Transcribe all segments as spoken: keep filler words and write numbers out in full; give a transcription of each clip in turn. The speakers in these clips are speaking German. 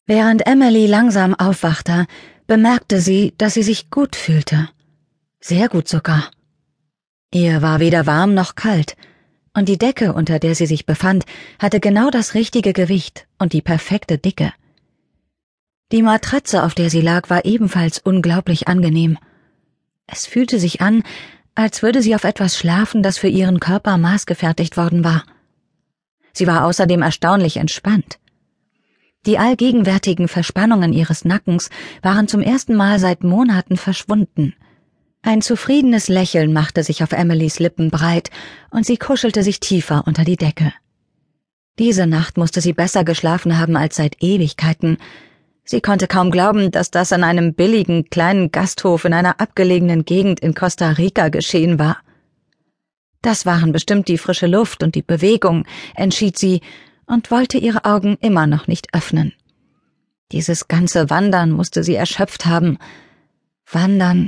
Während Emily langsam aufwachte, bemerkte sie, dass sie sich gut fühlte. Sehr gut sogar. Ihr war weder warm noch kalt, und die Decke, unter der sie sich befand, hatte genau das richtige Gewicht und die perfekte Dicke. Die Matratze, auf der sie lag, war ebenfalls unglaublich angenehm. Es fühlte sich an, als würde sie auf etwas schlafen, das für ihren Körper maßgefertigt worden war. Sie war außerdem erstaunlich entspannt. Die allgegenwärtigen Verspannungen ihres Nackens waren zum ersten Mal seit Monaten verschwunden. Ein zufriedenes Lächeln machte sich auf Emilys Lippen breit, und sie kuschelte sich tiefer unter die Decke. Diese Nacht musste sie besser geschlafen haben als seit Ewigkeiten. Sie konnte kaum glauben, dass das an einem billigen, kleinen Gasthof in einer abgelegenen Gegend in Costa Rica geschehen war. Das waren bestimmt die frische Luft und die Bewegung, entschied sie, und wollte ihre Augen immer noch nicht öffnen. Dieses ganze Wandern musste sie erschöpft haben. Wandern.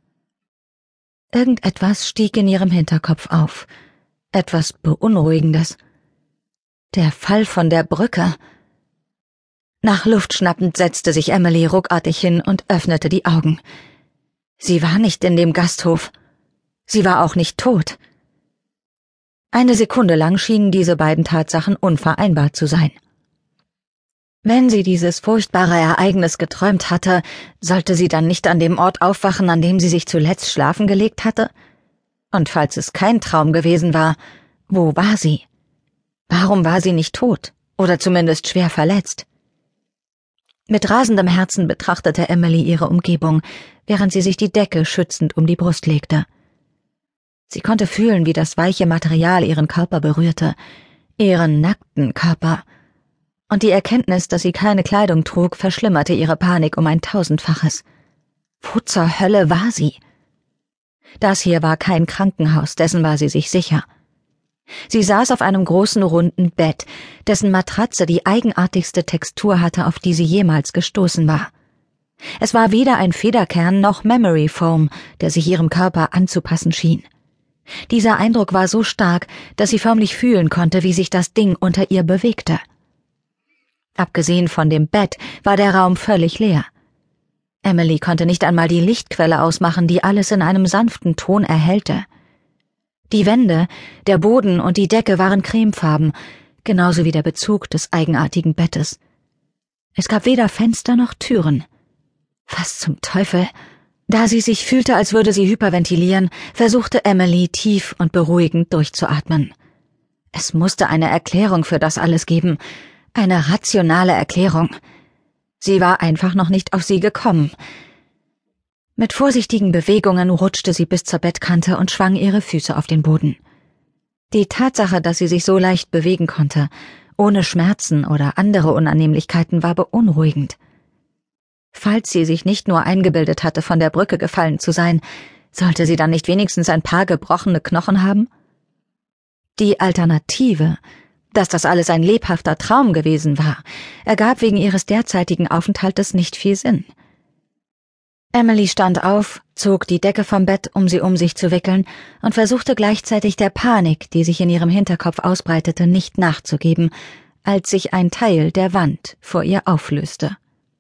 Irgendetwas stieg in ihrem Hinterkopf auf. Etwas Beunruhigendes. Der Fall von der Brücke. Nach Luft schnappend setzte sich Emily ruckartig hin und öffnete die Augen. Sie war nicht in dem Gasthof. Sie war auch nicht tot. Eine Sekunde lang schienen diese beiden Tatsachen unvereinbar zu sein. Wenn sie dieses furchtbare Ereignis geträumt hatte, sollte sie dann nicht an dem Ort aufwachen, an dem sie sich zuletzt schlafen gelegt hatte? Und falls es kein Traum gewesen war, wo war sie? Warum war sie nicht tot oder zumindest schwer verletzt? Mit rasendem Herzen betrachtete Emily ihre Umgebung, während sie sich die Decke schützend um die Brust legte. Sie konnte fühlen, wie das weiche Material ihren Körper berührte, ihren nackten Körper. Und die Erkenntnis, dass sie keine Kleidung trug, verschlimmerte ihre Panik um ein Tausendfaches. Wo zur Hölle war sie? Das hier war kein Krankenhaus, dessen war sie sich sicher. Sie saß auf einem großen, runden Bett, dessen Matratze die eigenartigste Textur hatte, auf die sie jemals gestoßen war. Es war weder ein Federkern noch Memory Foam, der sich ihrem Körper anzupassen schien. Dieser Eindruck war so stark, dass sie förmlich fühlen konnte, wie sich das Ding unter ihr bewegte. Abgesehen von dem Bett war der Raum völlig leer. Emily konnte nicht einmal die Lichtquelle ausmachen, die alles in einem sanften Ton erhellte. Die Wände, der Boden und die Decke waren cremefarben, genauso wie der Bezug des eigenartigen Bettes. Es gab weder Fenster noch Türen. Was zum Teufel? Da sie sich fühlte, als würde sie hyperventilieren, versuchte Emily tief und beruhigend durchzuatmen. Es musste eine Erklärung für das alles geben, eine rationale Erklärung. Sie war einfach noch nicht auf sie gekommen. Mit vorsichtigen Bewegungen rutschte sie bis zur Bettkante und schwang ihre Füße auf den Boden. Die Tatsache, dass sie sich so leicht bewegen konnte, ohne Schmerzen oder andere Unannehmlichkeiten, war beunruhigend. Falls sie sich nicht nur eingebildet hatte, von der Brücke gefallen zu sein, sollte sie dann nicht wenigstens ein paar gebrochene Knochen haben? Die Alternative, dass das alles ein lebhafter Traum gewesen war, ergab wegen ihres derzeitigen Aufenthaltes nicht viel Sinn. Emily stand auf, zog die Decke vom Bett, um sie um sich zu wickeln, und versuchte gleichzeitig der Panik, die sich in ihrem Hinterkopf ausbreitete, nicht nachzugeben, als sich ein Teil der Wand vor ihr auflöste.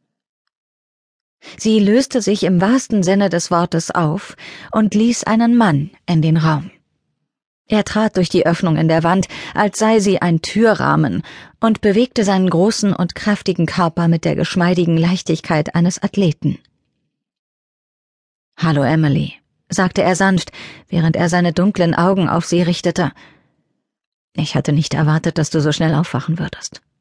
Sie löste sich im wahrsten Sinne des Wortes auf und ließ einen Mann in den Raum. Er trat durch die Öffnung in der Wand, als sei sie ein Türrahmen, und bewegte seinen großen und kräftigen Körper mit der geschmeidigen Leichtigkeit eines Athleten. »Hallo, Emily«, sagte er sanft, während er seine dunklen Augen auf sie richtete. »Ich hatte nicht erwartet, dass du so schnell aufwachen würdest.«